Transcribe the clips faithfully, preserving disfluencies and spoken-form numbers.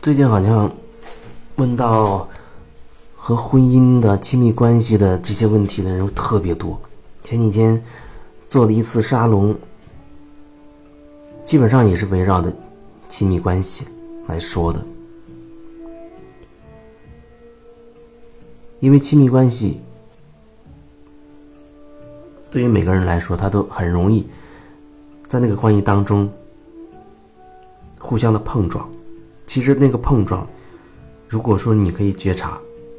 最近好像问到和婚姻的亲密关系的这些问题的人特别多。前几天做了一次沙龙，基本上也是围绕着亲密关系来说的。因为亲密关系对于每个人来说，他都很容易在那个关系当中互相的碰撞。其实那个碰撞，如果说你可以觉察，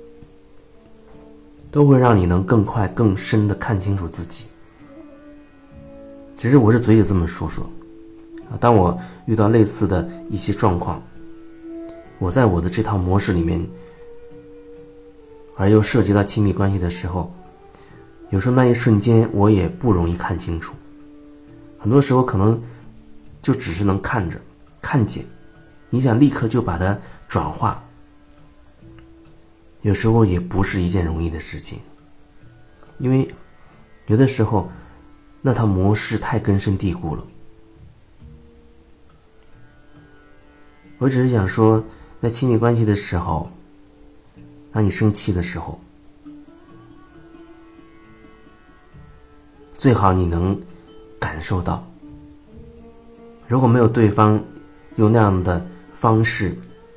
都会让你能更快更深的看清楚自己。只是我是嘴里这么说说啊，当我遇到类似的一些状况，我在我的这套模式里面，而又涉及到亲密关系的时候，有时候那一瞬间我也不容易看清楚。很多时候可能就只是能看着看见，你想立刻就把它转化，有时候也不是一件容易的事情。因为有的时候那套模式太根深蒂固了。我只是想说，在亲密关系的时候，当你生气的时候，最好你能感受到，如果没有对方用那样的方式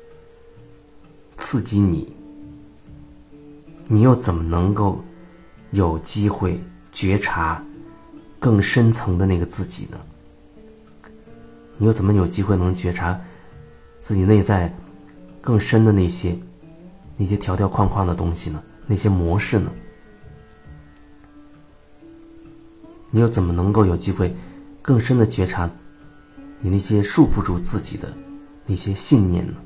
刺激你，你又怎么能够有机会觉察更深层的那个自己呢？你又怎么有机会能觉察自己内在更深的那些那些条条框框的东西呢？那些模式呢？你又怎么能够有机会更深的觉察你那些束缚住自己的那些信念呢？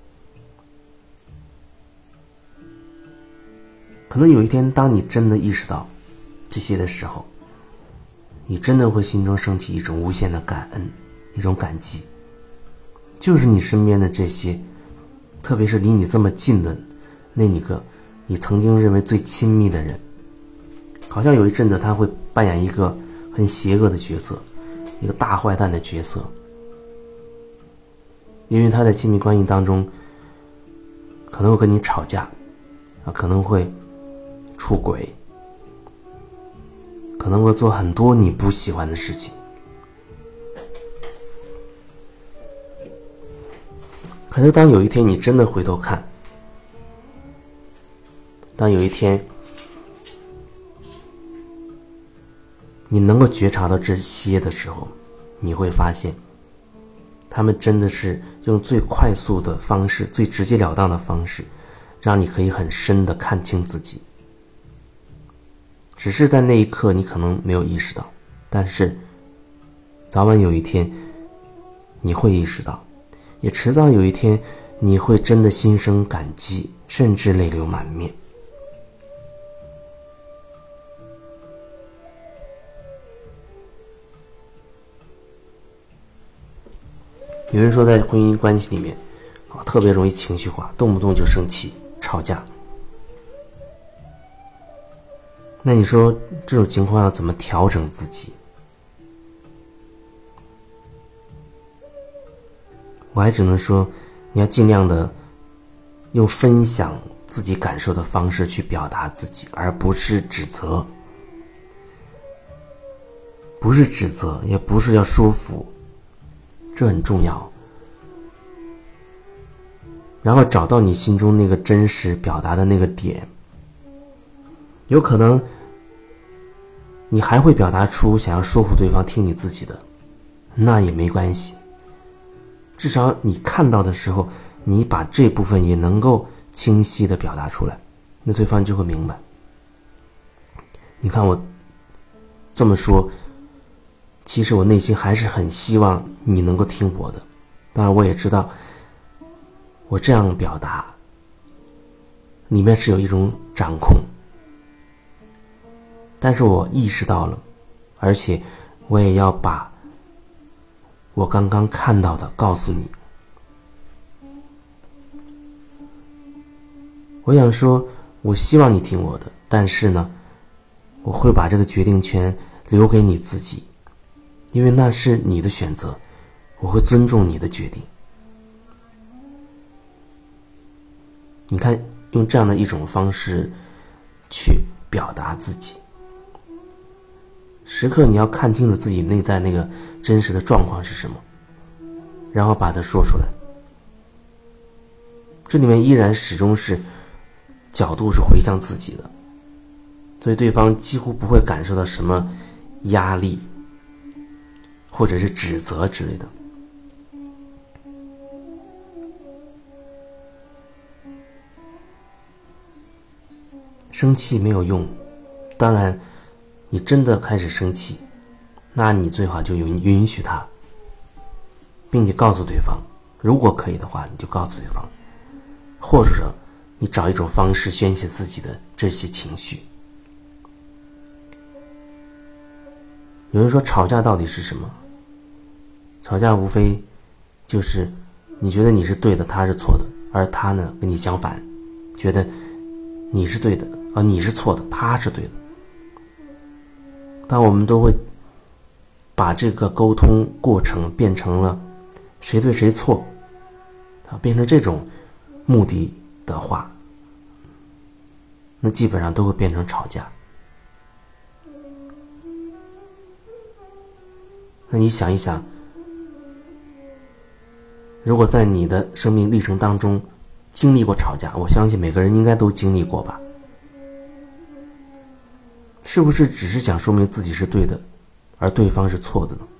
可能有一天，当你真的意识到这些的时候，你真的会心中升起一种无限的感恩，一种感激。就是你身边的这些，特别是离你这么近的那几个你曾经认为最亲密的人，好像有一阵子他会扮演一个很邪恶的角色，一个大坏蛋的角色。因为他在亲密关系当中可能会跟你吵架啊，可能会出轨，可能会做很多你不喜欢的事情。可是当有一天你真的回头看，当有一天你能够觉察到这些的时候，你会发现他们真的是用最快速的方式，最直截了当的方式，让你可以很深的看清自己。只是在那一刻你可能没有意识到，但是早晚有一天你会意识到，也迟早有一天你会真的心生感激，甚至泪流满面。有人说在婚姻关系里面啊，特别容易情绪化，动不动就生气吵架。那你说这种情况要怎么调整自己？我还只能说，你要尽量的用分享自己感受的方式去表达自己，而不是指责，不是指责，也不是要说服，这很重要。然后找到你心中那个真实表达的那个点，有可能你还会表达出想要说服对方听你自己的，那也没关系。至少你看到的时候，你把这部分也能够清晰的表达出来，那对方就会明白。你看我这么说，其实我内心还是很希望你能够听我的。当然我也知道我这样表达里面是有一种掌控，但是我意识到了，而且我也要把我刚刚看到的告诉你。我想说，我希望你听我的，但是呢，我会把这个决定权留给你自己，因为那是你的选择，我会尊重你的决定。 你看，用这样的一种方式去表达自己，时刻你要看清楚自己内在那个真实的状况是什么，然后把它说出来。这里面依然始终是角度是回向自己的，所以对方几乎不会感受到什么压力或者是指责之类的。生气没有用，当然你真的开始生气，那你最好就允许他，并且告诉对方，如果可以的话你就告诉对方，或者你找一种方式宣泄自己的这些情绪。有人说吵架到底是什么？吵架无非就是你觉得你是对的，他是错的，而他呢跟你相反，觉得你是对的，而你是错的，他是对的。但我们都会把这个沟通过程变成了谁对谁错，变成这种目的的话，那基本上都会变成吵架。那你想一想，如果在你的生命历程当中经历过吵架，我相信每个人应该都经历过吧，是不是只是想说明自己是对的，而对方是错的呢？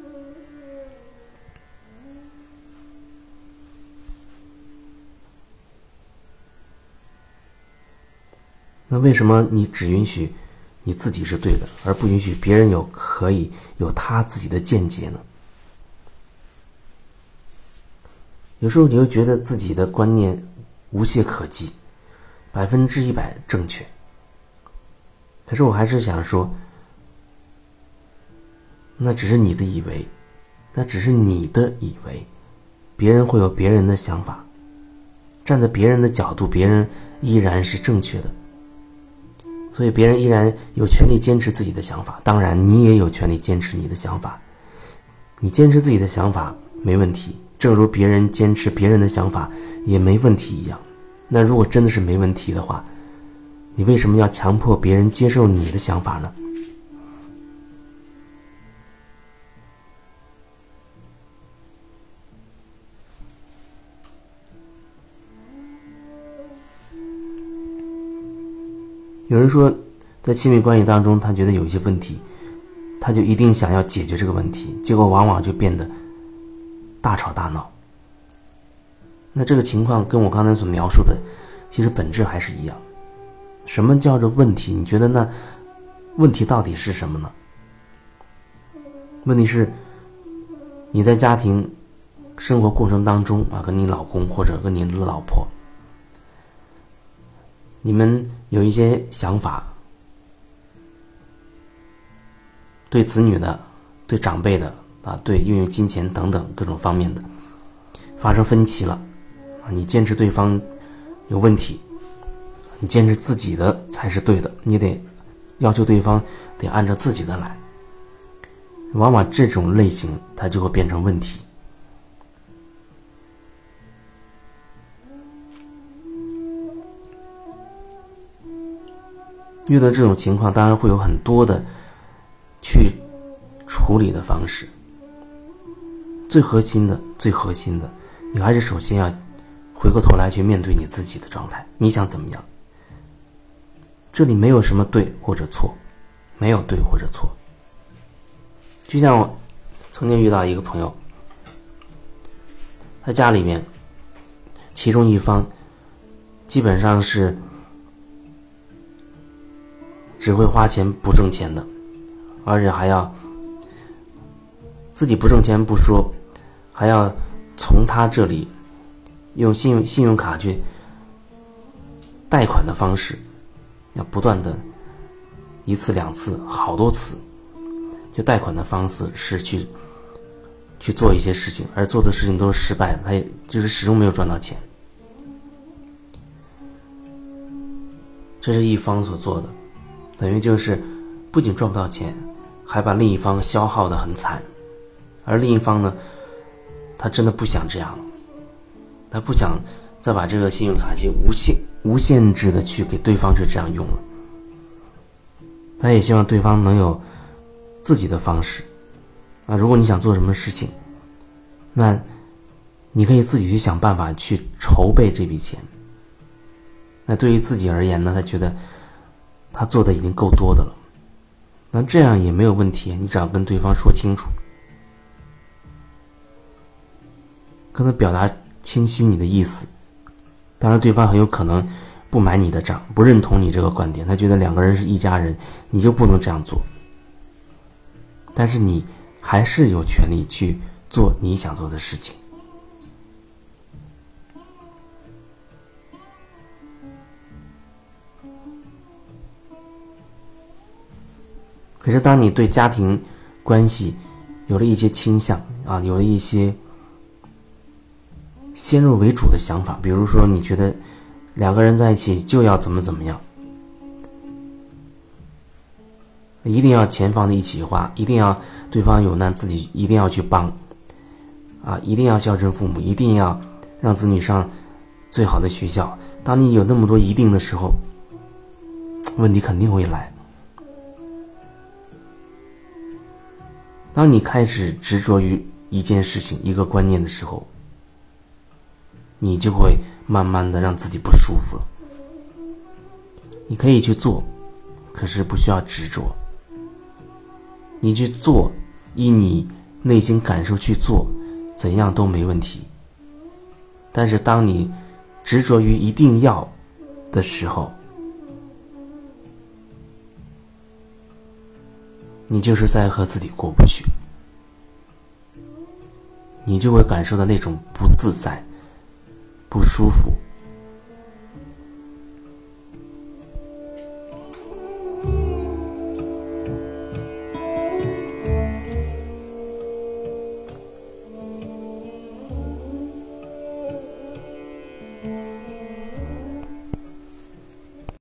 那为什么你只允许你自己是对的，而不允许别人有可以有他自己的见解呢？有时候你会觉得自己的观念无懈可击，百分之一百正确。可是我还是想说，那只是你的以为，那只是你的以为，别人会有别人的想法，站在别人的角度，别人依然是正确的，所以别人依然有权利坚持自己的想法，当然你也有权利坚持你的想法。你坚持自己的想法没问题，正如别人坚持别人的想法也没问题一样。那如果真的是没问题的话，你为什么要强迫别人接受你的想法呢？有人说，在亲密关系当中，他觉得有一些问题，他就一定想要解决这个问题，结果往往就变得大吵大闹。那这个情况跟我刚才所描述的其实本质还是一样。什么叫做问题？你觉得那问题到底是什么呢？问题是你在家庭生活过程当中啊，跟你老公或者跟你的老婆，你们有一些想法，对子女的，对长辈的啊，对运用金钱等等各种方面的发生分歧了啊，你坚持对方有问题，你坚持自己的才是对的，你得要求对方得按照自己的来，往往这种类型它就会变成问题。遇到这种情况，当然会有很多的去处理的方式。最核心的最核心的你还是首先要回过头来去面对你自己的状态，你想怎么样？这里没有什么对或者错，没有对或者错。就像我曾经遇到一个朋友，他家里面其中一方基本上是只会花钱不挣钱的，而且还要自己不挣钱不说，还要从他这里用信用信用卡去贷款的方式，要不断的一次两次好多次，就贷款的方式是去去做一些事情，而做的事情都是失败的，他也就是始终没有赚到钱。这是一方所做的，等于就是不仅赚不到钱，还把另一方消耗得很惨。而另一方呢，他真的不想这样了，他不想再把这个信用卡去无限无限制的去给对方去这样用了。他也希望对方能有自己的方式啊，如果你想做什么事情，那你可以自己去想办法去筹备这笔钱。那对于自己而言呢，他觉得他做的已经够多的了，那这样也没有问题，你只要跟对方说清楚，跟他表达清晰你的意思。当然对方很有可能不买你的账，不认同你这个观点，他觉得两个人是一家人，你就不能这样做。但是你还是有权利去做你想做的事情。可是当你对家庭关系有了一些倾向啊，有了一些先入为主的想法，比如说你觉得两个人在一起就要怎么怎么样，一定要钱放在一起花，一定要对方有难自己一定要去帮啊，一定要孝顺父母，一定要让子女上最好的学校。当你有那么多一定的时候，问题肯定会来。当你开始执着于一件事情一个观念的时候，你就会慢慢的让自己不舒服了。你可以去做，可是不需要执着。你去做，依你内心感受去做，怎样都没问题。但是当你执着于一定要的时候，你就是在和自己过不去，你就会感受到那种不自在、不舒服，